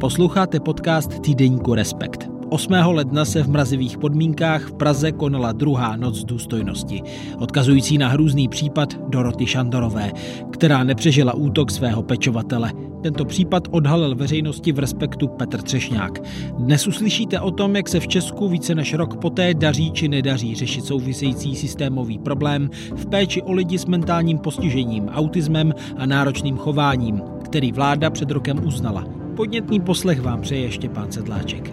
Posloucháte podcast týdeníku Respekt. 8. ledna se v mrazivých podmínkách v Praze konala druhá noc důstojnosti, odkazující na hrůzný případ Doroty Šandorové, která nepřežila útok svého pečovatele. Tento případ odhalil veřejnosti v Respektu Petr Třešňák. Dnes uslyšíte o tom, jak se v Česku více než rok poté daří či nedaří řešit související systémový problém v péči o lidi s mentálním postižením, autismem a náročným chováním, který vláda před rokem uznala. Podnětný poslech vám přeje Štěpán Sedláček.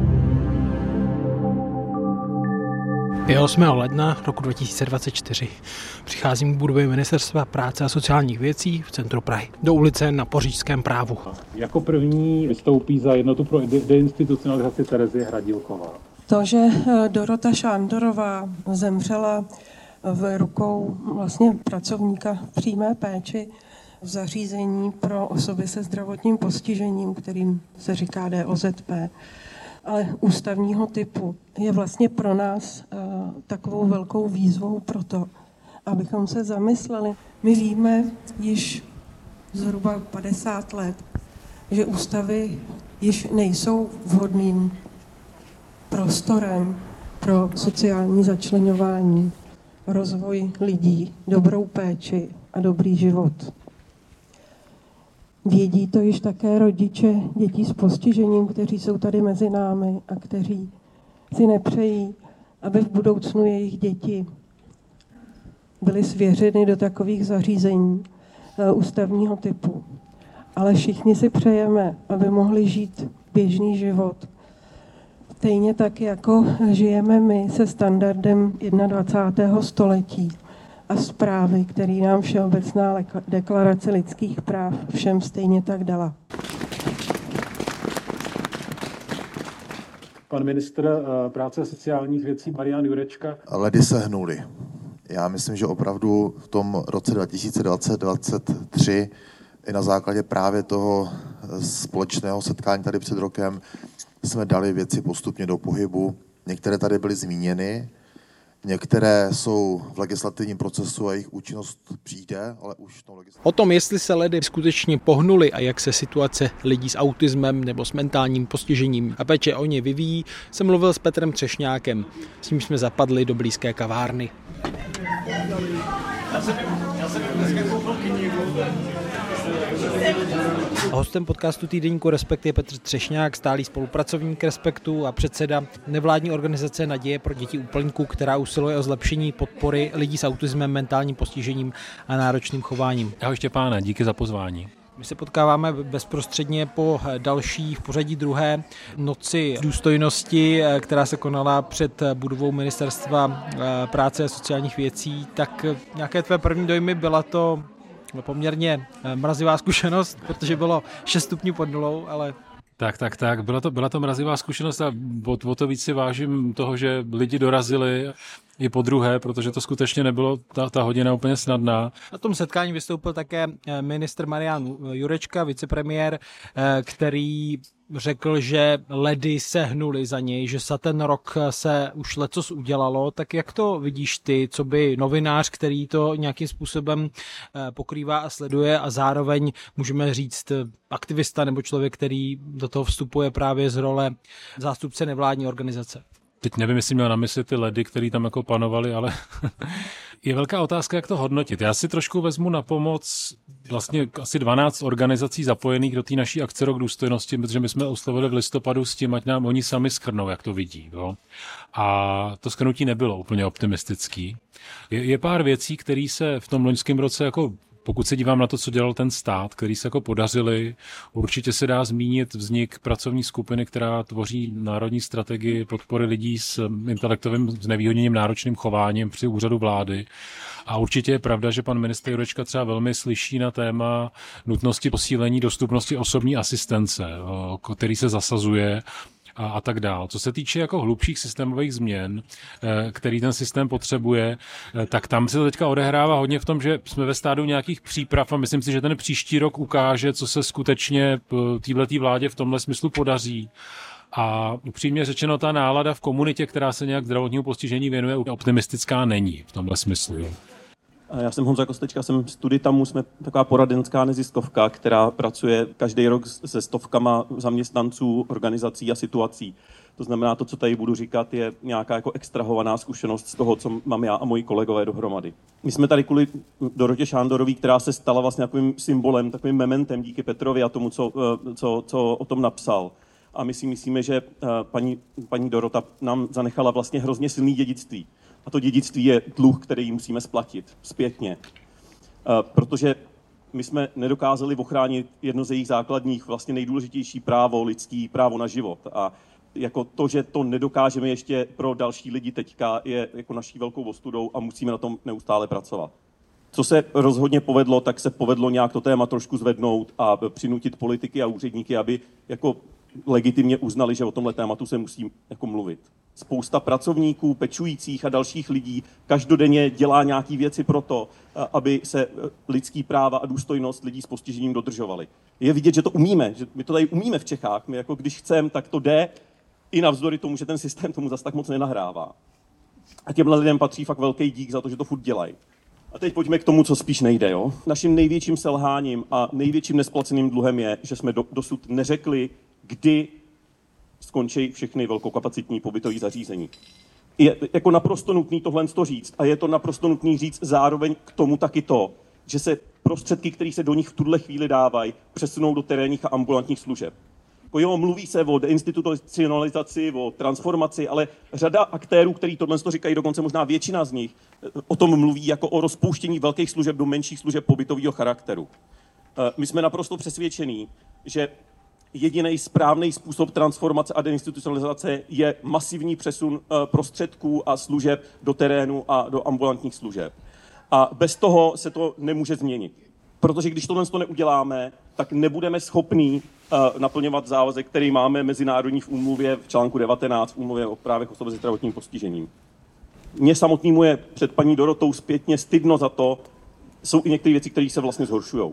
Je 8. ledna roku 2024. Přicházím k budově Ministerstva práce a sociálních věcí v centru Prahy, do ulice na Poříšském právu. Jako první vystoupí za jednotu pro deinstitucionalizaci Terezie Hradilková. To, že Dorota Šandorová zemřela v rukou vlastně pracovníka v přímé péči v zařízení pro osoby se zdravotním postižením, kterým se říká DOZP, ale ústavního typu, je vlastně pro nás takovou velkou výzvou pro to, abychom se zamysleli. My víme již zhruba 50 let, že ústavy již nejsou vhodným prostorem pro sociální začleňování, rozvoj lidí, dobrou péči a dobrý život. Vědí to již také rodiče dětí s postižením, kteří jsou tady mezi námi a kteří si nepřejí, aby v budoucnu jejich děti byly svěřeny do takových zařízení ústavního typu. Ale všichni si přejeme, aby mohli žít běžný život. Stejně tak, jako žijeme my se standardem 21. století a zprávy, který nám Všeobecná deklarace lidských práv všem stejně tak dala. Pan ministr práce a sociálních věcí Marian Jurečka. Ledy se hnuly. Já myslím, že opravdu v tom roce 2020-2023 i na základě právě toho společného setkání tady před rokem jsme dali věci postupně do pohybu. Některé tady byly zmíněny, některé jsou v legislativním procesu a jejich účinnost přijde, ale už to O tom, jestli se ledy skutečně pohnuly a jak se situace lidí s autismem nebo s mentálním postižením a péče o ně vyvíjí, jsem mluvil s Petrem Třešňákem. S ním jsme zapadli do blízké kavárny. Hostem podcastu týdeníku Respekt je Petr Třešňák, stálý spolupracovník Respektu a předseda nevládní organizace Naděje pro děti úplňků, která usiluje o zlepšení podpory lidí s autismem, mentálním postižením a náročným chováním. Ahoj Štěpáne, díky za pozvání. My se potkáváme bezprostředně po další v pořadí druhé noci důstojnosti, která se konala před budovou Ministerstva práce a sociálních věcí. Tak nějaké tvé první dojmy? Byla to poměrně mrazivá zkušenost, protože bylo 6 stupňů pod nulou, ale... Tak. Byla to mrazivá zkušenost a o to víc si vážím toho, že lidi dorazili i po druhé, protože to skutečně nebylo ta hodina úplně snadná. Na tom setkání vystoupil také ministr Marian Jurečka, vicepremiér, který řekl, že ledy se hnuly za něj, že za ten rok se už lecos udělalo. Tak jak to vidíš ty, co by novinář, který to nějakým způsobem pokrývá a sleduje a zároveň můžeme říct aktivista nebo člověk, který do toho vstupuje právě z role zástupce nevládní organizace? Teď nevím, jestli měl na mysli ty ledy, které tam jako panovaly, ale je velká otázka, jak to hodnotit. Já si trošku vezmu na pomoc vlastně asi 12 organizací zapojených do té naší akce Rok důstojnosti, protože my jsme oslovili v listopadu s tím, ať nám oni sami shrnou, jak to vidí. Jo? A to shrnutí nebylo úplně optimistický. Je pár věcí, které se v tom loňském roce jako pokud se dívám na to, co dělal ten stát, který se jako podařili, určitě se dá zmínit vznik pracovní skupiny, která tvoří národní strategii podpory lidí s intelektovým znevýhodněním, náročným chováním při úřadu vlády. A určitě je pravda, že pan ministr Jurečka třeba velmi slyší na téma nutnosti posílení dostupnosti osobní asistence, který se zasazuje a tak dál. Co se týče jako hlubších systémových změn, který ten systém potřebuje, tak tam se to teďka odehrává hodně v tom, že jsme ve stádiu nějakých příprav a myslím si, že ten příští rok ukáže, co se skutečně téhletý vládě v tomhle smyslu podaří. A upřímně řečeno, ta nálada v komunitě, která se nějak zdravotnímu postižení věnuje, optimistická není v tomhle smyslu. Já jsem Honza Kostečka, jsem Studitamu, jsme taková poradenská neziskovka, která pracuje každý rok se stovkama zaměstnanců, organizací a situací. To znamená, to, co tady budu říkat, je nějaká jako extrahovaná zkušenost z toho, co mám já a moji kolegové dohromady. My jsme tady kvůli Dorotě Šándorový, která se stala vlastně takovým symbolem, takovým mementem díky Petrovi a tomu, co o tom napsal. A my si myslíme, že paní Dorota nám zanechala vlastně hrozně silný dědictví. A to dědictví je dluh, který musíme splatit zpětně. Protože my jsme nedokázali ochránit jedno z jejich základních, vlastně nejdůležitější právo, lidský právo na život. A jako to, že to nedokážeme ještě pro další lidi teďka, je jako naší velkou ostudou a musíme na tom neustále pracovat. Co se rozhodně povedlo, tak se povedlo nějak to téma trošku zvednout a přinutit politiky a úředníky, aby jako legitimně uznali, že o tomhle tématu se musí jako mluvit. Spousta pracovníků, pečujících a dalších lidí každodenně dělá nějaké věci pro to, aby se lidský práva a důstojnost lidí s postižením dodržovaly. Je vidět, že to umíme, že my to tady umíme v Čechách. My jako když chceme, tak to jde, i navzdory tomu, že ten systém tomu zas tak moc nenahrává. A těmhle lidem patří fakt velký dík za to, že to furt dělají. A teď pojďme k tomu, co spíš nejde. Jo? Naším největším selháním a největším nesplaceným dluhem je, že jsme dosud neřekli, kdy skončí všechny velkokapacitní pobytové zařízení. Je jako naprosto nutný tohle říct a je to naprosto nutný říct zároveň k tomu taky to, že se prostředky, které se do nich v tuhle chvíli dávají, přesunou do terénních a ambulantních služeb. Jo, mluví se o deinstitucionalizaci, o transformaci, ale řada aktérů, kteří tohle říkají, dokonce možná většina z nich, o tom mluví jako o rozpouštění velkých služeb do menších služeb pobytového charakteru. My jsme naprosto přesvědčení, že jediný správný způsob transformace a deinstitucionalizace je masivní přesun prostředků a služeb do terénu a do ambulantních služeb. A bez toho se to nemůže změnit. Protože když tohle neuděláme, tak nebudeme schopní naplňovat závazek, který máme mezinárodní v úmluvě v článku 19 v úmluvě o právech osob se zdravotním postižením. Mně samotnému je před paní Dorotou zpětně stydno za to, jsou i některé věci, které se vlastně zhoršují.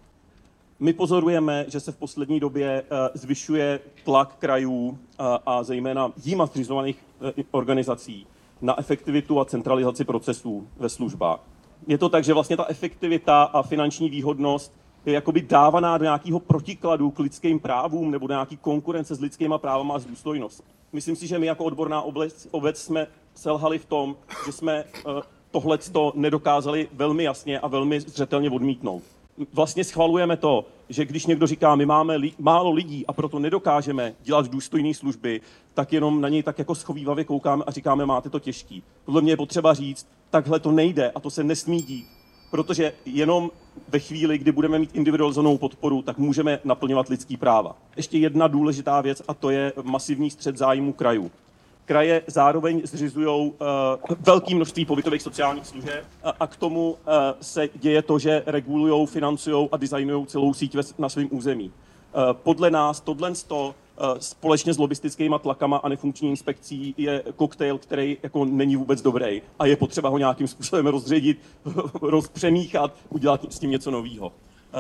My pozorujeme, že se v poslední době zvyšuje tlak krajů a zejména jima zřizovaných organizací na efektivitu a centralizaci procesů ve službách. Je to tak, že vlastně ta efektivita a finanční výhodnost je jakoby dávaná do nějakého protikladu k lidským právům nebo do nějaký konkurence s lidskýma právama a s důstojností. Myslím si, že my jako odborná obec jsme selhali v tom, že jsme tohleto nedokázali velmi jasně a velmi zřetelně odmítnout. Vlastně schvalujeme to, že když někdo říká, my máme málo lidí a proto nedokážeme dělat důstojné služby, tak jenom na něj tak jako schovívavě koukáme a říkáme, máte to těžký. Podle mě je potřeba říct, takhle to nejde a to se nesmí dít, protože jenom ve chvíli, kdy budeme mít individualizovanou podporu, tak můžeme naplňovat lidský práva. Ještě jedna důležitá věc a to je masivní střet zájmů krajů. Kraje zároveň zřizují velké množství pobytových sociálních služeb a k tomu se děje to, že regulují, financují a designují celou síť na svém území. Podle nás tohle společně s lobistickými tlakama a nefunkční inspekcí je koktejl, který jako není vůbec dobrý a je potřeba ho nějakým způsobem rozředit, rozpřemíchat, udělat s tím něco nového.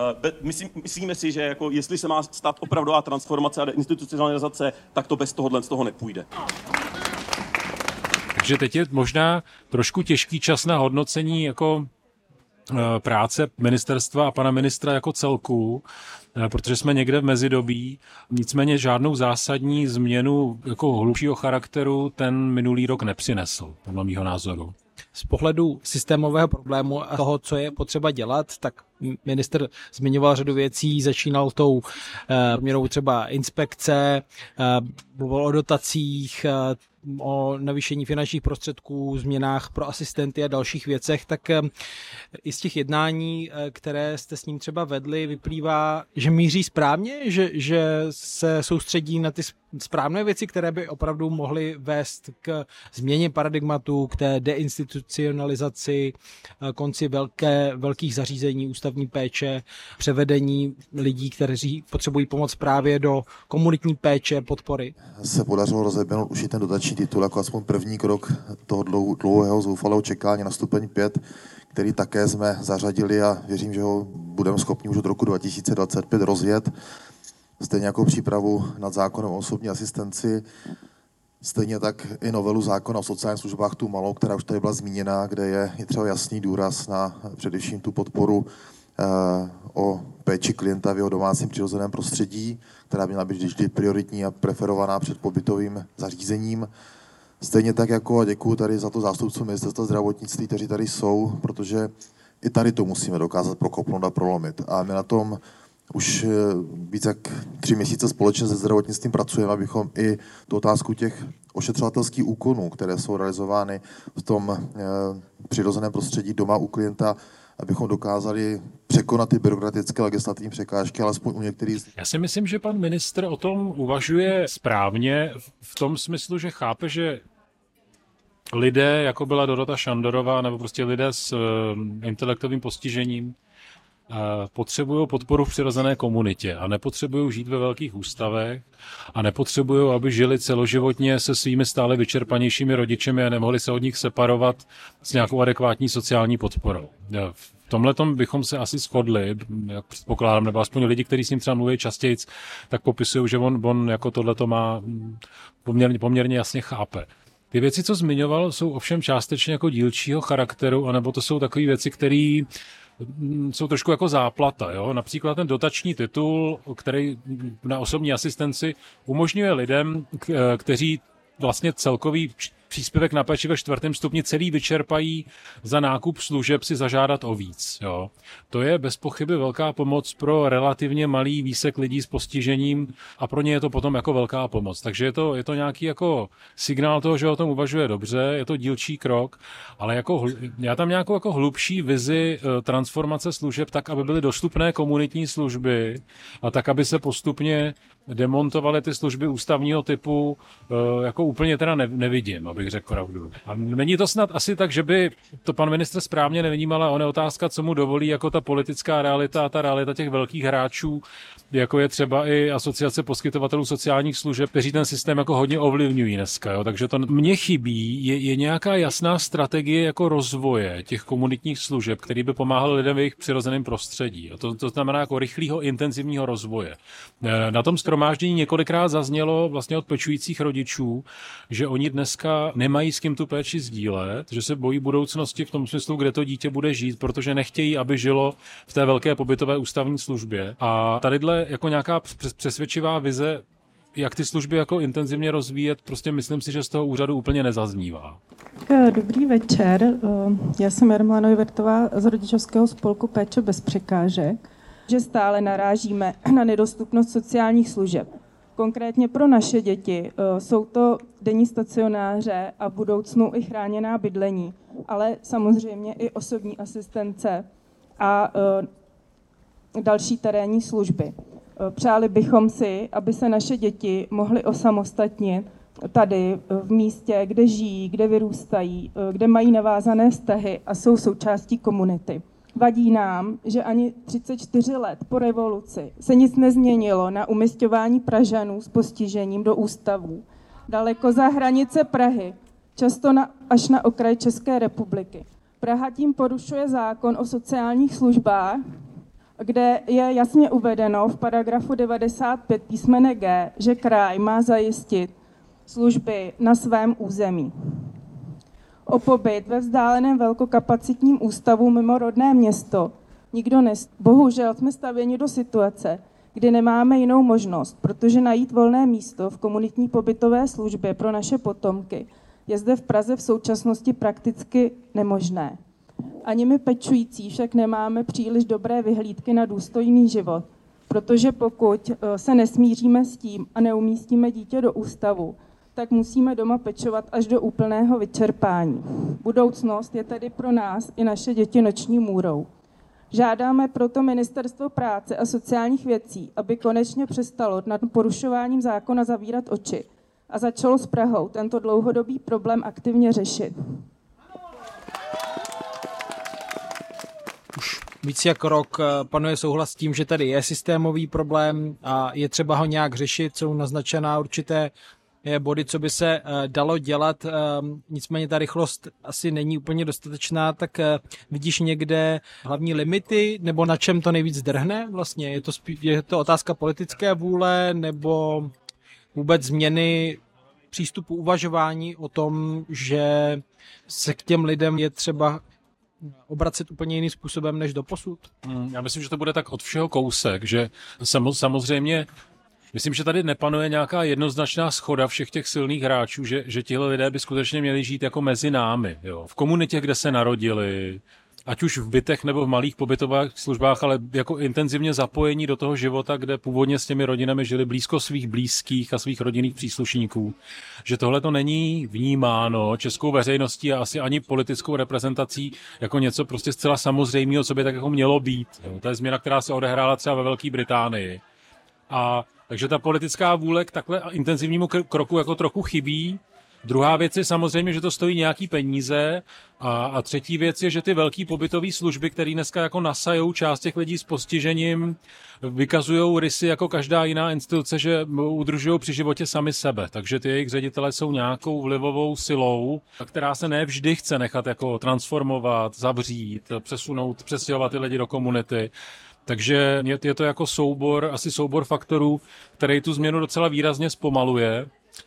Myslíme si, že jako jestli se má stát opravdová transformace a institucionalizace, tak to bez tohohle z toho nepůjde. Takže teď je možná trošku těžký čas na hodnocení jako práce ministerstva a pana ministra jako celku, protože jsme někde v mezidobí. Nicméně žádnou zásadní změnu jako hlubšího charakteru ten minulý rok nepřinesl, podle mýho názoru. Z pohledu systémového problému a toho, co je potřeba dělat, tak ministr zmiňoval řadu věcí, začínal tou měrou třeba inspekce, mluvil o dotacích, o navýšení finančních prostředků, změnách pro asistenty a dalších věcech, tak i z těch jednání, které jste s ním třeba vedli, vyplývá, že míří správně, že se soustředí na ty správné věci, které by opravdu mohly vést k změně paradigmatu, k té deinstitucionalizaci, konci velkých zařízení ústavní péče, převedení lidí, kteří potřebují pomoc právě do komunitní péče, podpory. Se podařilo rozeběhnout už i ten dotační titul jako aspoň první krok toho dlouhého zoufalého čekání na stupeň 5, který také jsme zařadili a věřím, že ho budeme schopni už od roku 2025 rozjet. Stejně jako přípravu nad zákonem o osobní asistenci. Stejně tak i novelu zákona o sociálních službách, tu malou, která už tady byla zmíněna, kde je třeba jasný důraz na především tu podporu o péči klienta v jeho domácím přirozeném prostředí, která by měla být vždy prioritní a preferovaná před pobytovým zařízením. Stejně tak jako, a děkuji tady za to zástupcům Ministerstva zdravotnictví, kteří tady jsou, protože i tady to musíme dokázat prokopnout a prolomit. A my na tom už víc jak 3 měsíce společně se zdravotnictvím pracujeme, abychom i tu otázku těch ošetřovatelských úkonů, které jsou realizovány v tom přirozeném prostředí doma u klienta, abychom dokázali překonat ty byrokratické legislativní překážky, alespoň u některých. Já si myslím, že pan ministr o tom uvažuje správně v tom smyslu, že chápe, že lidé, jako byla Dorota Šandorová, nebo prostě lidé s intelektovým postižením, potřebují podporu v přirozené komunitě a nepotřebují žít ve velkých ústavech a nepotřebují, aby žili celoživotně se svými stále vyčerpanějšími rodičemi a nemohli se od nich separovat s nějakou adekvátní sociální podporou. V tomhletom bychom se asi shodli, jak předpokládám, nebo aspoň lidi, kteří s ním třeba mluví častěji, tak popisují, že on jako tohleto má poměrně jasně chápe. Ty věci, co zmiňoval, jsou ovšem částečně jako dílčího charakteru, anebo to jsou takové věci, které jsou trošku jako záplata. Jo? Například ten dotační titul, který na osobní asistenci umožňuje lidem, kteří vlastně celkový příspěvek na péči ve 4. stupni celý vyčerpají za nákup služeb si zažádat o víc. Jo. To je bez pochyby velká pomoc pro relativně malý výsek lidí s postižením a pro ně je to potom jako velká pomoc. Takže je to nějaký jako signál toho, že o tom uvažuje dobře, je to dílčí krok, ale jako, já tam nějakou jako hlubší vizi transformace služeb tak, aby byly dostupné komunitní služby a tak, aby se postupně demontovaly ty služby ústavního typu, jako úplně teda nevidím, abych řekl pravdu. A není to snad asi tak, že by to pan ministr správně nevnímal, ale on je otázka, co mu dovolí jako ta politická realita a ta realita těch velkých hráčů, jako je třeba i asociace poskytovatelů sociálních služeb, kteří ten systém jako hodně ovlivňují dneska. Jo? Takže to mně chybí, je nějaká jasná strategie jako rozvoje těch komunitních služeb, který by pomáhal lidem v jejich přirozeném prostředí. A to znamená jako rychlého, intenzivního rozvoje. Na tom shromáždění několikrát zaznělo vlastně od pečujících rodičů, že oni dneska nemají s kým tu péči sdílet, že se bojí budoucnosti v tom smyslu, kde to dítě bude žít, protože nechtějí, aby žilo v té velké pobytové ústavní službě. A tadyhle jako nějaká přesvědčivá vize, jak ty služby jako intenzivně rozvíjet, prostě myslím si, že z toho úřadu úplně nezaznívá. Dobrý večer, já jsem Jarmila Neuwirtová z rodičovského spolku Péče bez překážek, že stále narážíme na nedostupnost sociálních služeb. Konkrétně pro naše děti jsou to denní stacionáře a v budoucnu i chráněná bydlení, ale samozřejmě i osobní asistence a další terénní služby. Přáli bychom si, aby se naše děti mohly osamostatnit tady v místě, kde žijí, kde vyrůstají, kde mají navázané vztahy a jsou součástí komunity. Vadí nám, že ani 34 let po revoluci se nic nezměnilo na umisťování Pražanů s postižením do ústavů. Daleko za hranice Prahy, často až na okraj České republiky. Praha tím porušuje zákon o sociálních službách, kde je jasně uvedeno v paragrafu 95 písmene G, že kraj má zajistit služby na svém území. O pobyt ve vzdáleném velkokapacitním ústavu mimo rodné město nikdo Bohužel jsme stavěni do situace, kdy nemáme jinou možnost, protože najít volné místo v komunitní pobytové službě pro naše potomky je zde v Praze v současnosti prakticky nemožné. Ani my pečující však nemáme příliš dobré vyhlídky na důstojný život, protože pokud se nesmíříme s tím a neumístíme dítě do ústavu, tak musíme doma pečovat až do úplného vyčerpání. Budoucnost je tedy pro nás i naše děti noční můrou. Žádáme proto Ministerstvo práce a sociálních věcí, aby konečně přestalo nad porušováním zákona zavírat oči a začalo s Prahou tento dlouhodobý problém aktivně řešit. Už víc jak rok panuje souhlas s tím, že tady je systémový problém a je třeba ho nějak řešit, jsou naznačená určité body, co by se dalo dělat, nicméně ta rychlost asi není úplně dostatečná, tak vidíš někde hlavní limity, nebo na čem to nejvíc drhne vlastně? Je to otázka politické vůle, nebo vůbec změny přístupu uvažování o tom, že se k těm lidem je třeba obracet úplně jiným způsobem než doposud? Já myslím, že to bude tak od všeho kousek, že samozřejmě myslím, že tady nepanuje nějaká jednoznačná shoda všech těch silných hráčů, že tihle lidé by skutečně měli žít jako mezi námi. Jo. V komunitě, kde se narodili, ať už v bytech nebo v malých pobytových službách, ale jako intenzivně zapojení do toho života, kde původně s těmi rodinami žili blízko svých blízkých a svých rodinných příslušníků. Že tohle to není vnímáno českou veřejností a asi ani politickou reprezentací jako něco prostě zcela samozřejmého, co by tak jako mělo být. Jo. To je změna, která se odehrála třeba ve Velké Británii. Takže ta politická vůle k takhle intenzivnímu kroku jako trochu chybí. Druhá věc je samozřejmě, že to stojí nějaký peníze a třetí věc je, že ty velký pobytové služby, které dneska jako nasajou část těch lidí s postižením, vykazují rysy jako každá jiná instituce, že udržují při životě sami sebe. Takže ty jejich ředitelé jsou nějakou vlivovou silou, která se ne vždy chce nechat jako transformovat, zavřít, přesunout, přestěhovat ty lidi do komunity. Takže je to jako soubor faktorů, který tu změnu docela výrazně zpomaluje.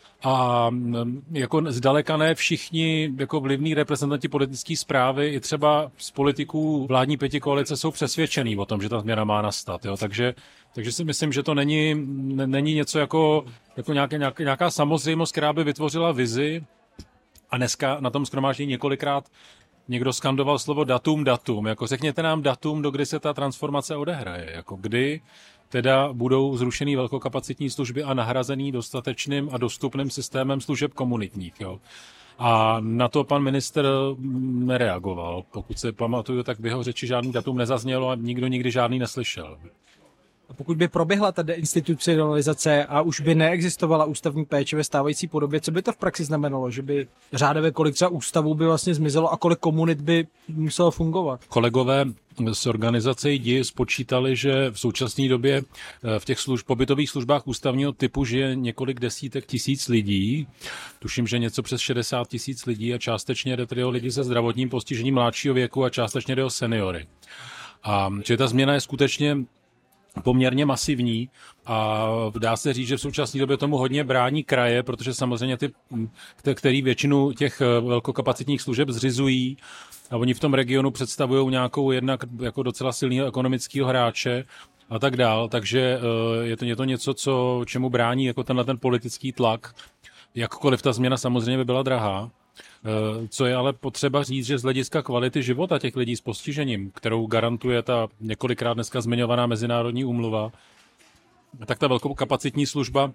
A jako zdaleka ne všichni jako vlivní reprezentanti politické správy i třeba z politiků vládní pětikoalice jsou přesvědčený o tom, že ta změna má nastat. Jo? Takže si myslím, že to není něco jako nějaká samozřejmost, která by vytvořila vizi. A dneska na tom shromáždění několikrát někdo skandoval slovo datum, jako řekněte nám datum, do kdy se ta transformace odehraje, jako kdy teda budou zrušený velkokapacitní služby a nahrazený dostatečným a dostupným systémem služeb komunitních. Jo. A na to pan ministr nereagoval. Pokud se pamatuju, tak v jeho řeči žádný datum nezaznělo a nikdo nikdy žádný neslyšel. Pokud by proběhla ta deinstitucionalizace a už by neexistovala ústavní péče ve stávající podobě, co by to v praxi znamenalo? Že by řádově kolik třeba ústavů by vlastně zmizelo a kolik komunit by muselo fungovat? Kolegové z organizace JDI spočítali, že v současné době v těch pobytových službách ústavního typu žije několik desítek tisíc lidí. Tuším, že něco přes 60 000 lidí a částečně jde tedy o lidi se zdravotním postižením mladšího věku a částečně jde o seniory. A že ta změna je skutečně poměrně masivní a dá se říct, že v současné době tomu hodně brání kraje, protože samozřejmě který většinu těch velkokapacitních služeb zřizují a oni v tom regionu představují nějakou jednak jako docela silného ekonomického hráče a tak dál, takže je to něco, čemu brání jako ten politický tlak. Jakkoliv ta změna samozřejmě by byla drahá. Co je ale potřeba říct, že z hlediska kvality života těch lidí s postižením, kterou garantuje ta několikrát dneska zmiňovaná mezinárodní úmluva, tak ta velkokapacitní služba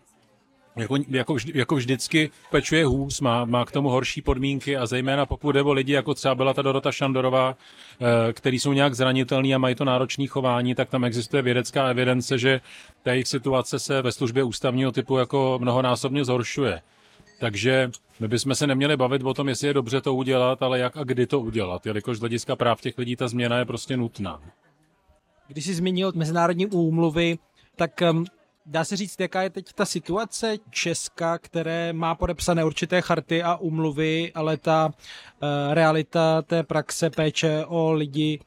jako vždycky pečuje hůř, má k tomu horší podmínky a zejména pokud jde o lidi, jako třeba byla ta Dorota Šandorová, který jsou nějak zranitelní a mají to náročné chování, tak tam existuje vědecká evidence, že ta jejich situace se ve službě ústavního typu jako mnohonásobně zhoršuje. Takže my bychom se neměli bavit o tom, jestli je dobře to udělat, ale jak a kdy to udělat, jelikož z hlediska práv těch lidí ta změna je prostě nutná. Když jsi zmínil mezinárodní úmluvy, tak dá se říct, jaká je teď ta situace Česka, které má podepsané určité charty a úmluvy, ale ta realita té praxe péče o lidi,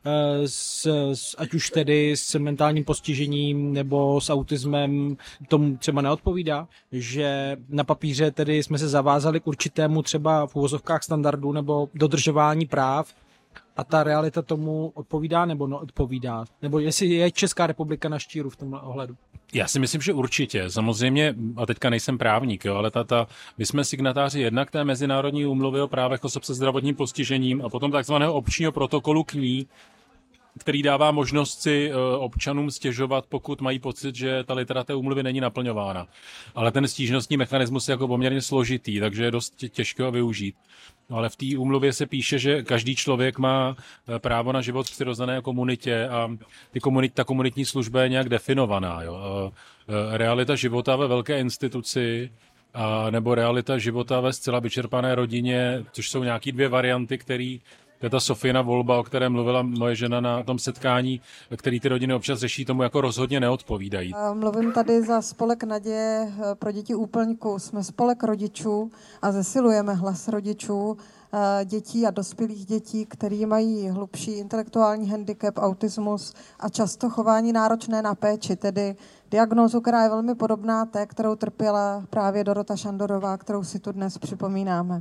ať už tedy s mentálním postižením nebo s autismem, tomu třeba neodpovídá, že na papíře tedy jsme se zavázali k určitému třeba v uvozovkách standardu nebo dodržování práv, a ta realita tomu odpovídá nebo neodpovídá? Nebo jestli je Česká republika na štíru v tomhle ohledu? Já si myslím, že určitě. Samozřejmě, a teďka nejsem právník, jo, ale my jsme signatáři jednak té mezinárodní úmluvy o právech osob se zdravotním postižením a potom takzvaného opčního protokolu k ní, který dává možnost si občanům stěžovat, pokud mají pocit, že ta litera té úmluvy není naplňována. Ale ten stížnostní mechanismus je jako poměrně složitý, takže je dost těžké ho využít. Ale v té úmluvě se píše, že každý člověk má právo na život v přirozené komunitě a ta komunitní služba je nějak definovaná. Jo. Realita života ve velké instituci nebo realita života ve zcela vyčerpané rodině, což jsou nějaký dvě varianty, které To je ta Sofína volba, o které mluvila moje žena na tom setkání, který ty rodiny občas řeší, tomu jako rozhodně neodpovídají. Mluvím tady za spolek Naděje pro děti Úplňku. Jsme spolek rodičů a zesilujeme hlas rodičů, dětí a dospělých dětí, který mají hlubší intelektuální handicap, autismus a často chování náročné na péči, tedy diagnózu, která je velmi podobná té, kterou trpěla právě Dorota Šandorová, kterou si tu dnes připomínáme.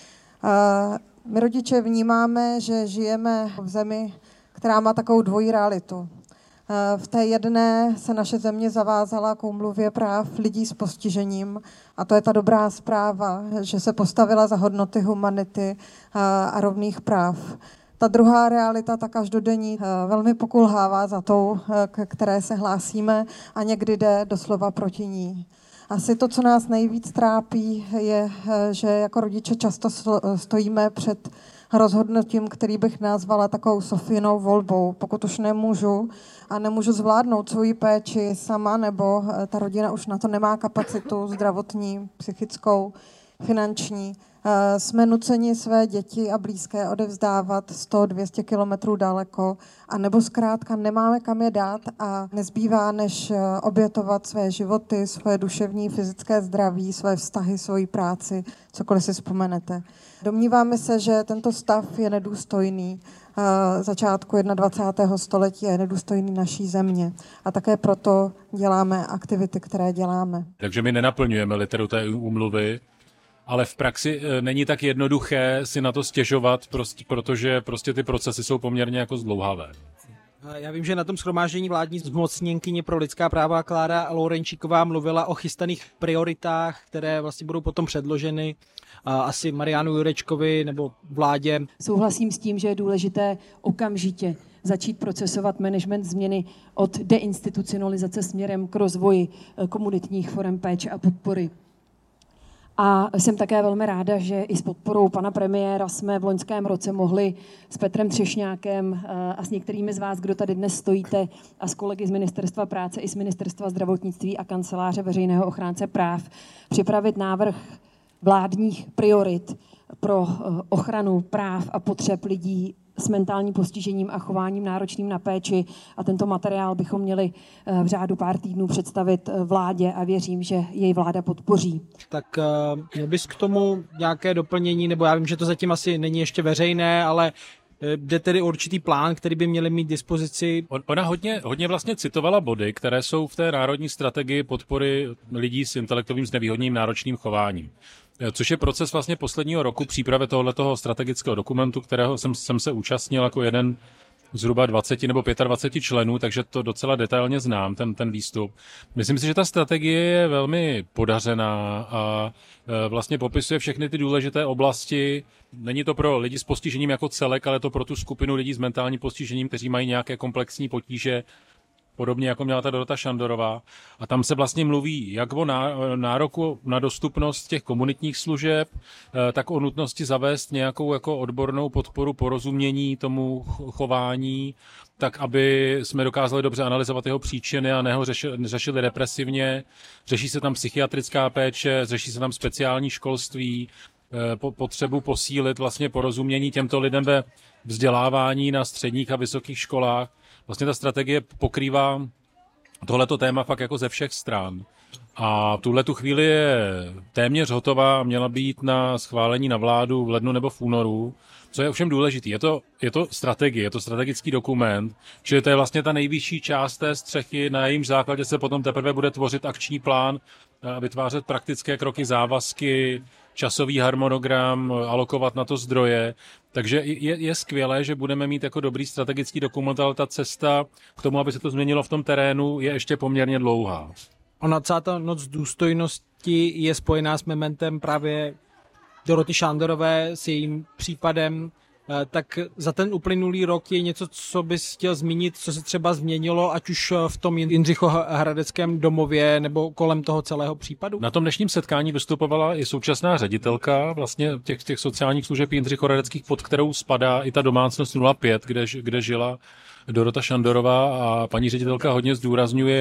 My rodiče vnímáme, že žijeme v zemi, která má takovou dvojí realitu. V té jedné se naše země zavázala k úmluvě práv lidí s postižením a to je ta dobrá zpráva, že se postavila za hodnoty humanity a rovných práv. Ta druhá realita, ta každodenní, velmi pokulhává za tou, k které se hlásíme a někdy jde doslova proti ní. Asi to, co nás nejvíc trápí, je, že jako rodiče často stojíme před rozhodnutím, který bych nazvala takovou Sofínou volbou. Pokud už nemůžu a nemůžu zvládnout svoji péči sama, nebo ta rodina už na to nemá kapacitu zdravotní, psychickou, finanční, jsme nuceni své děti a blízké odevzdávat 100-200 kilometrů daleko, a nebo zkrátka nemáme kam je dát a nezbývá, než obětovat své životy, svoje duševní, fyzické zdraví, své vztahy, svoji práci, cokoliv si vzpomenete. Domníváme se, že tento stav je nedůstojný začátku 21. století, je nedůstojný naší země. A také proto děláme aktivity, které děláme. Takže my nenaplňujeme literu té úmluvy, ale v praxi není tak jednoduché si na to stěžovat, protože ty procesy jsou poměrně jako zdlouhavé. Já vím, že na tom shromáždění vládní zmocněnkyně pro lidská práva Klára Lourenčíková mluvila o chystaných prioritách, které vlastně budou potom předloženy asi Marianu Jurečkovi nebo vládě. Souhlasím s tím, že je důležité okamžitě začít procesovat management změny od deinstitucionalizace směrem k rozvoji komunitních forem péče a podpory. A jsem také velmi ráda, že i s podporou pana premiéra jsme v loňském roce mohli s Petrem Třešňákem a s některými z vás, kdo tady dnes stojíte, a s kolegy z Ministerstva práce i z Ministerstva zdravotnictví a Kanceláře veřejného ochránce práv připravit návrh vládních priorit pro ochranu práv a potřeb lidí s mentálním postižením a chováním náročným na péči, a tento materiál bychom měli v řádu pár týdnů představit vládě a věřím, že jej vláda podpoří. Tak měl bys k tomu nějaké doplnění, nebo já vím, že to zatím asi není ještě veřejné, ale jde tedy určitý plán, který by měli mít k dispozici. Ona hodně vlastně citovala body, které jsou v té národní strategii podpory lidí s intelektovým znevýhodněním náročným chováním. Což je proces vlastně posledního roku přípravy tohoto strategického dokumentu, kterého jsem se účastnil jako jeden zhruba 20 nebo 25 členů, takže to docela detailně znám, ten výstup. Myslím si, že ta strategie je velmi podařená a vlastně popisuje všechny ty důležité oblasti. Není to pro lidi s postižením jako celek, ale to pro tu skupinu lidí s mentálním postižením, kteří mají nějaké komplexní potíže, podobně jako měla ta Dorota Šandorová. A tam se vlastně mluví jak o nároku na dostupnost těch komunitních služeb, tak o nutnosti zavést nějakou jako odbornou podporu porozumění tomu chování, tak aby jsme dokázali dobře analyzovat jeho příčiny a neho řešili represivně. Řeší se tam psychiatrická péče, řeší se tam speciální školství, potřebu posílit vlastně porozumění těmto lidem ve vzdělávání na středních a vysokých školách. Vlastně ta strategie pokrývá tohleto téma fakt jako ze všech stran. A v tuhletu chvíli je téměř hotová a měla být na schválení na vládu v lednu nebo v únoru. Co je ovšem důležitý, je to strategie, je to strategický dokument, čili to je vlastně ta nejvyšší část té střechy, na jejímž základě se potom teprve bude tvořit akční plán, vytvářet praktické kroky, závazky, časový harmonogram, alokovat na to zdroje. Takže je skvělé, že budeme mít jako dobrý strategický dokument, ale ta cesta k tomu, aby se to změnilo v tom terénu, je ještě poměrně dlouhá. Ona celá ta noc důstojnosti je spojená s mementem právě Doroty Šandorové, s jejím případem. Tak za ten uplynulý rok je něco, co bys chtěl zmínit, co se třeba změnilo, ať už v tom Jindřichohradeckém domově nebo kolem toho celého případu? Na tom dnešním setkání vystupovala i současná ředitelka vlastně těch sociálních služeb Jindřichohradeckých, pod kterou spadá i ta domácnost 05, kde žila Dorota Šandorová, a paní ředitelka hodně zdůrazňuje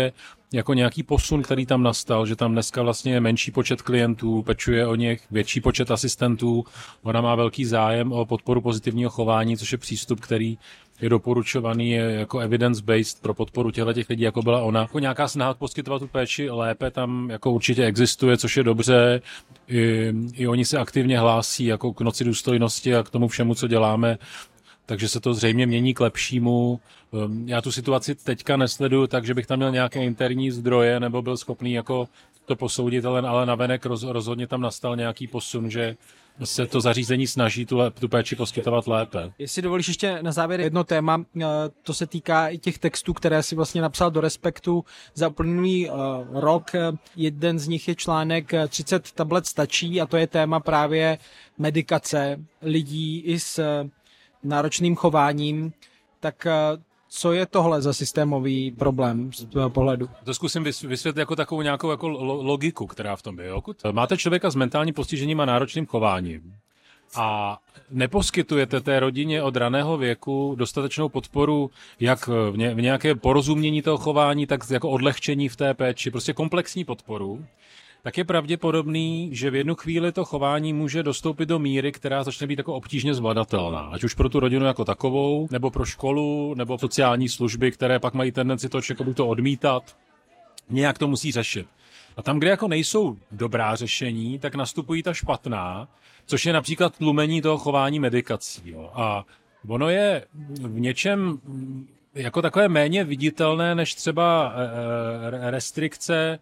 jako nějaký posun, který tam nastal, že tam dneska vlastně je menší počet klientů, pečuje o nich větší počet asistentů, ona má velký zájem o podporu pozitivního chování, což je přístup, který je doporučovaný jako evidence-based pro podporu těchto lidí, jako byla ona. Jako nějaká snaha poskytovat tu péči lépe tam jako určitě existuje, což je dobře. I oni se aktivně hlásí jako k Noci důstojnosti a k tomu všemu, co děláme. Takže se to zřejmě mění k lepšímu. Já tu situaci teďka nesleduju tak, že bych tam měl nějaké interní zdroje nebo byl schopný jako to posoudit, ale navenek rozhodně tam nastal nějaký posun, že se to zařízení snaží tu péči poskytovat lépe. Jestli dovolíš ještě na závěr jedno téma, to se týká i těch textů, které si vlastně napsal do Respektu za uplynulý rok. Jeden z nich je článek 30 tablet stačí a to je téma právě medikace lidí i s náročným chováním. Tak co je tohle za systémový problém z tvého pohledu? To zkusím vysvětlit jako takovou nějakou jako logiku, která v tom je. Pokud máte člověka s mentálním postižením a náročným chováním a neposkytujete té rodině od raného věku dostatečnou podporu, jak v nějaké porozumění toho chování, tak jako odlehčení v té péči, prostě komplexní podporu, tak je pravděpodobný, že v jednu chvíli to chování může dostoupit do míry, která začne být jako obtížně zvladatelná. Ať už pro tu rodinu jako takovou, nebo pro školu, nebo sociální služby, které pak mají tendenci to člověku to odmítat. Nějak to musí řešit. A tam, kde jako nejsou dobrá řešení, tak nastupují ta špatná, což je například tlumení toho chování medikací. Jo. A ono je v něčem jako méně viditelné než třeba restrikce,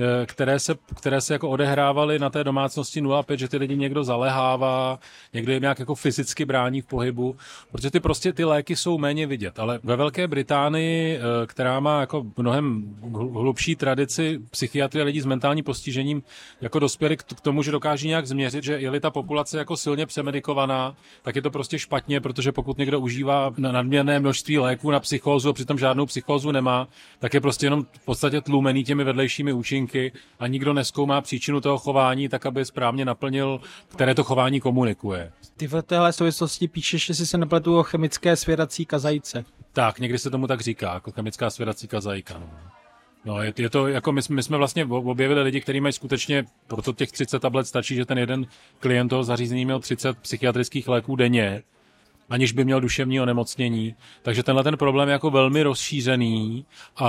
které se jako odehrávaly na té domácnosti 0,5, že ty lidi někdo zalehává, někdo jim nějak jako fyzicky brání v pohybu, protože ty léky jsou méně vidět. Ale ve Velké Británii, která má jako mnohem hlubší tradici psychiatrie lidí s mentálním postižením, jako dospěli k tomu, že dokáží nějak změřit, že je-li ta populace jako silně přemedikovaná, tak je to prostě špatně, protože pokud někdo užívá nadměrné množství léků na psychózu a přitom žádnou psychózu nemá, tak je prostě jenom v podstatě tlumený těmi vedlejšími účinky a nikdo nezkoumá příčinu toho chování tak, aby správně naplnil, které to chování komunikuje. Ty v téhle souvislosti píšeš, jestli se nepletu, o chemické svěrací kazajce. Tak, někdy se tomu tak říká, jako chemická svěrací kazajka. No, je to, jako my jsme vlastně objevili lidi, kteří mají skutečně, proto těch 30 tablet stačí, že ten jeden klient toho zařízení měl 30 psychiatrických léků denně, aniž by měl duševní onemocnění. Takže tenhle ten problém je jako velmi rozšířený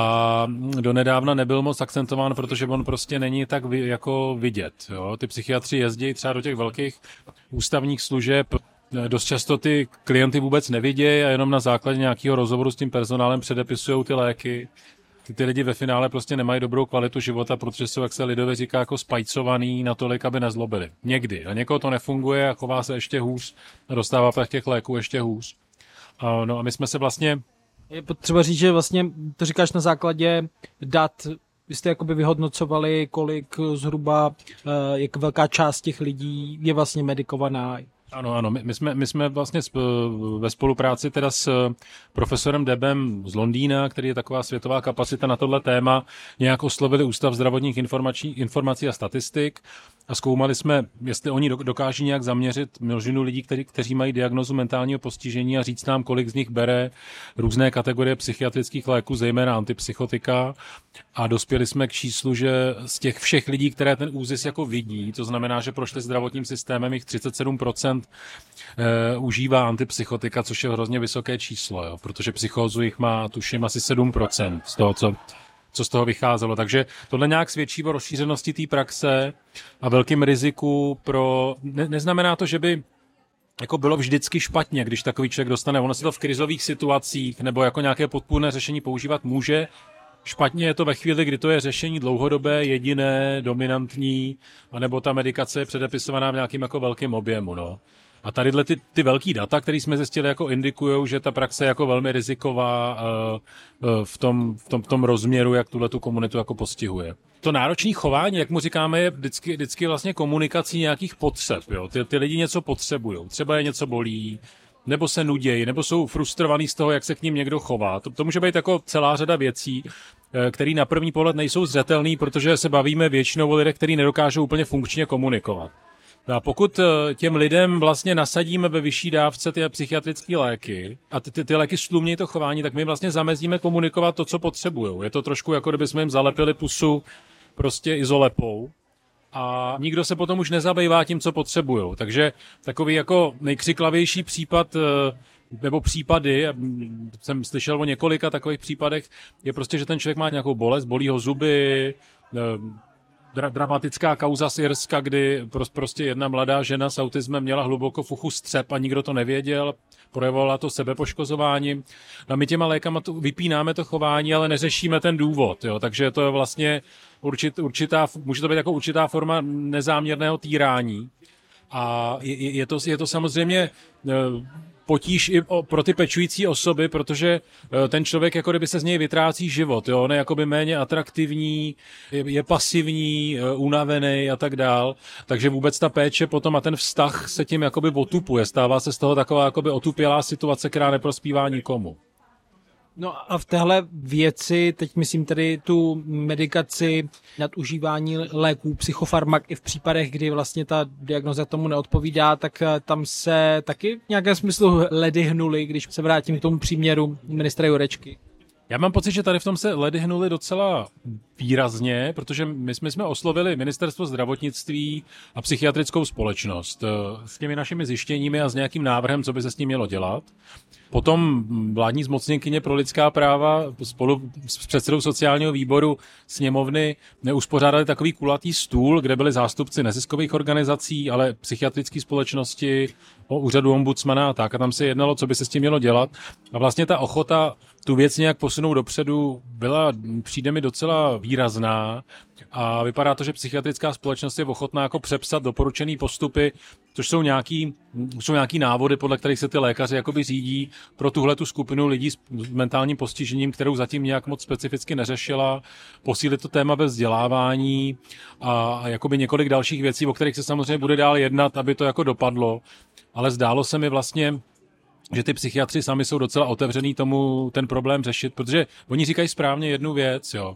a donedávna nebyl moc akcentován, protože on prostě není tak jako vidět. Jo? Ty psychiatři jezdí třeba do těch velkých ústavních služeb, dost často ty klienty vůbec nevidějí a jenom na základě nějakého rozhovoru s tím personálem předepisují ty léky. Ty lidi ve finále prostě nemají dobrou kvalitu života, protože jsou, jak se lidově říká, jako spajcovaný natolik, aby nezlobili. Někdy. A někoho to nefunguje a chová se ještě hůř a dostává těch léků ještě hůř. No a my jsme se vlastně... Je potřeba říct, že vlastně to říkáš na základě dat. Vy jste jakoby vyhodnocovali, kolik zhruba, jak velká část těch lidí je vlastně medikovaná. Ano, my jsme vlastně ve spolupráci teda s profesorem Debem z Londýna, který je taková světová kapacita na tohle téma, nějak oslovili Ústav zdravotních informací a statistik a zkoumali jsme, jestli oni dokáží nějak zaměřit množinu lidí, kteří mají diagnózu mentálního postižení a říct nám, kolik z nich bere různé kategorie psychiatrických léků, zejména antipsychotika. A dospěli jsme k číslu, že z těch všech lidí, které ten ÚZIS jako vidí, to znamená, že prošli zdravotním systémem, jich 37% užívá antipsychotika, což je hrozně vysoké číslo, jo, protože psychózu jich má, tuším, asi 7% z toho, co z toho vycházelo. Takže tohle nějak svědčí o rozšířenosti té praxe a velkým riziku pro... Neznamená to, že by jako bylo vždycky špatně, když takový člověk dostane. Ono si to v krizových situacích nebo jako nějaké podpůrné řešení používat může. Špatně je to ve chvíli, kdy to je řešení dlouhodobé, jediné, dominantní, anebo ta medikace je předepisovaná v nějakým jako velkým objemu. No. A tadyhle ty velký data, které jsme zjistili, jako indikujou, že ta praxe je jako velmi riziková v tom rozměru, jak tu komunitu jako postihuje. To náročné chování, jak mu říkáme, je vždycky vlastně komunikací nějakých potřeb. Jo? Ty lidi něco potřebují, třeba je něco bolí, nebo se nudějí, nebo jsou frustrovaní z toho, jak se k ním někdo chová. To může být jako celá řada věcí, které na první pohled nejsou zřetelné, protože se bavíme většinou o lidech, kteří nedokážou úplně funkčně komunikovat. No a pokud těm lidem vlastně nasadíme ve vyšší dávce ty psychiatrické léky a ty léky stlumnějí to chování, tak my vlastně zamezíme komunikovat to, co potřebujou. Je to trošku jako kdyby jsme jim zalepili pusu prostě izolepou a nikdo se potom už nezabývá tím, co potřebujou. Takže takový jako nejkřiklavější případ nebo případy, jsem slyšel o několika takových případech, je prostě, že ten člověk má nějakou bolest, bolí ho zuby, dramatická kauza z Irska, kdy prostě jedna mladá žena s autismem měla hluboko v uchu střep a nikdo to nevěděl, projevovala to sebepoškozováním. No my těma lékama vypínáme to chování, ale neřešíme ten důvod, jo? Takže to je vlastně může to být jako určitá forma nezáměrného týrání. A je to samozřejmě potíž i pro ty pečující osoby, protože ten člověk jako kdyby se z něj vytrácí život, jo? On je jakoby méně atraktivní, je pasivní, unavený a tak dál, takže vůbec ta péče potom a ten vztah se tím jakoby otupuje, stává se z toho taková jakoby otupělá situace, která neprospívá nikomu. No a v téhle věci, teď myslím tedy tu medikaci, nadužívání léků, psychofarmak i v případech, kdy vlastně ta diagnoza tomu neodpovídá, tak tam se taky v nějakém smyslu ledy hnuly, když se vrátím k tomu příměru ministra Jurečky. Já mám pocit, že tady v tom se ledy hnuly docela výrazně, protože my jsme oslovili ministerstvo zdravotnictví a psychiatrickou společnost s těmi našimi zjištěními a s nějakým návrhem, co by se s tím mělo dělat. Potom vládní zmocněnkyně pro lidská práva spolu s předsedou sociálního výboru sněmovny neuspořádali takový kulatý stůl, kde byli zástupci neziskových organizací, ale psychiatrické společnosti, úřadu ombudsmana a tak. A tam se jednalo, co by se s tím mělo dělat. A vlastně ta ochota tu věc nějak posunout dopředu přijde mi docela výrazná a vypadá to, že psychiatrická společnost je ochotná jako přepsat doporučený postupy, což jsou nějaký návody, podle kterých se ty lékaři jakoby řídí pro tuhletu skupinu lidí s mentálním postižením, kterou zatím nějak moc specificky neřešila, posílit to téma ve vzdělávání a jakoby několik dalších věcí, o kterých se samozřejmě bude dál jednat, aby to jako dopadlo, ale zdálo se mi vlastně, že ty psychiatři sami jsou docela otevřený tomu ten problém řešit, protože oni říkají správně jednu věc, jo.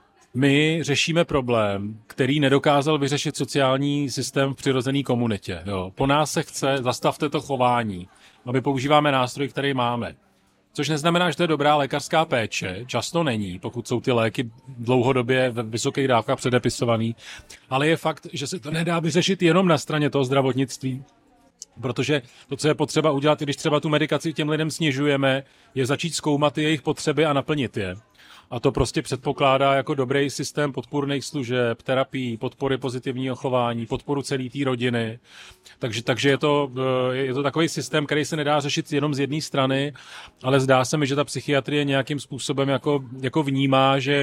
My řešíme problém, který nedokázal vyřešit sociální systém v přirozené komunitě. Jo. Po nás se chce, zastavte to chování. A my používáme nástroj, který máme. Což neznamená, že to je dobrá lékařská péče, často není, pokud jsou ty léky dlouhodobě ve vysokých dávkách předepisovaný, ale je fakt, že se to nedá vyřešit jenom na straně toho zdravotnictví. Protože to, co je potřeba udělat, když třeba tu medikaci těm lidem snižujeme, je začít zkoumat jejich potřeby a naplnit je. A to prostě předpokládá jako dobrý systém podpůrných služeb, terapii, podpory pozitivního chování, podporu celé té rodiny. Takže je to takový systém, který se nedá řešit jenom z jedné strany, ale zdá se mi, že ta psychiatrie nějakým způsobem jako vnímá, že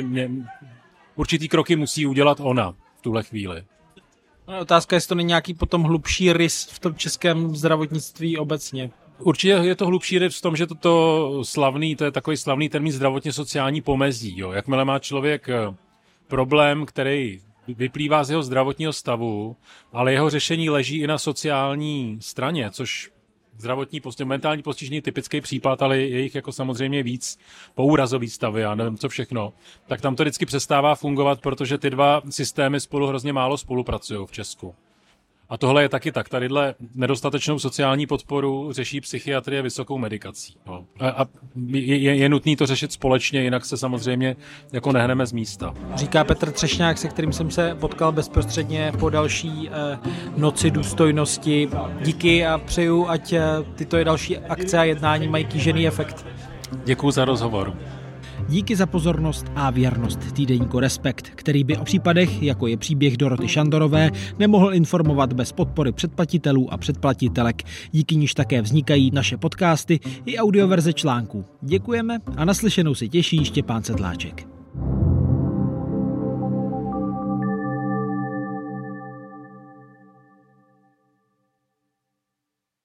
určitý kroky musí udělat ona v tuhle chvíli. Otázka, jestli to není nějaký potom hlubší rys v tom českém zdravotnictví obecně. Určitě je to hlubší rys v tom, že to je takový slavný termín zdravotně sociální pomezí. Jo. Jakmile má člověk problém, který vyplývá z jeho zdravotního stavu, ale jeho řešení leží i na sociální straně, což mentální postižení je typický případ, ale je jich jako samozřejmě víc, poúrazový stavy a nevím co všechno, tak tam to vždycky přestává fungovat, protože ty dva systémy spolu hrozně málo spolupracují v Česku. A tohle je taky tak. Tadyhle nedostatečnou sociální podporu řeší psychiatrie vysokou medikací. No. A je nutné to řešit společně, jinak se samozřejmě jako nehneme z místa. Říká Petr Třešňák, se kterým jsem se potkal bezprostředně po další noci důstojnosti. Díky a přeju, ať tyto další akce a jednání mají kýžený efekt. Děkuju za rozhovor. Díky za pozornost a věrnost týdeníku Respekt, který by o případech, jako je příběh Doroty Šandorové, nemohl informovat bez podpory předplatitelů a předplatitelek. Díky níž také vznikají naše podcasty i audioverze článků. Děkujeme a naslyšenou se těší Štěpán Sedláček.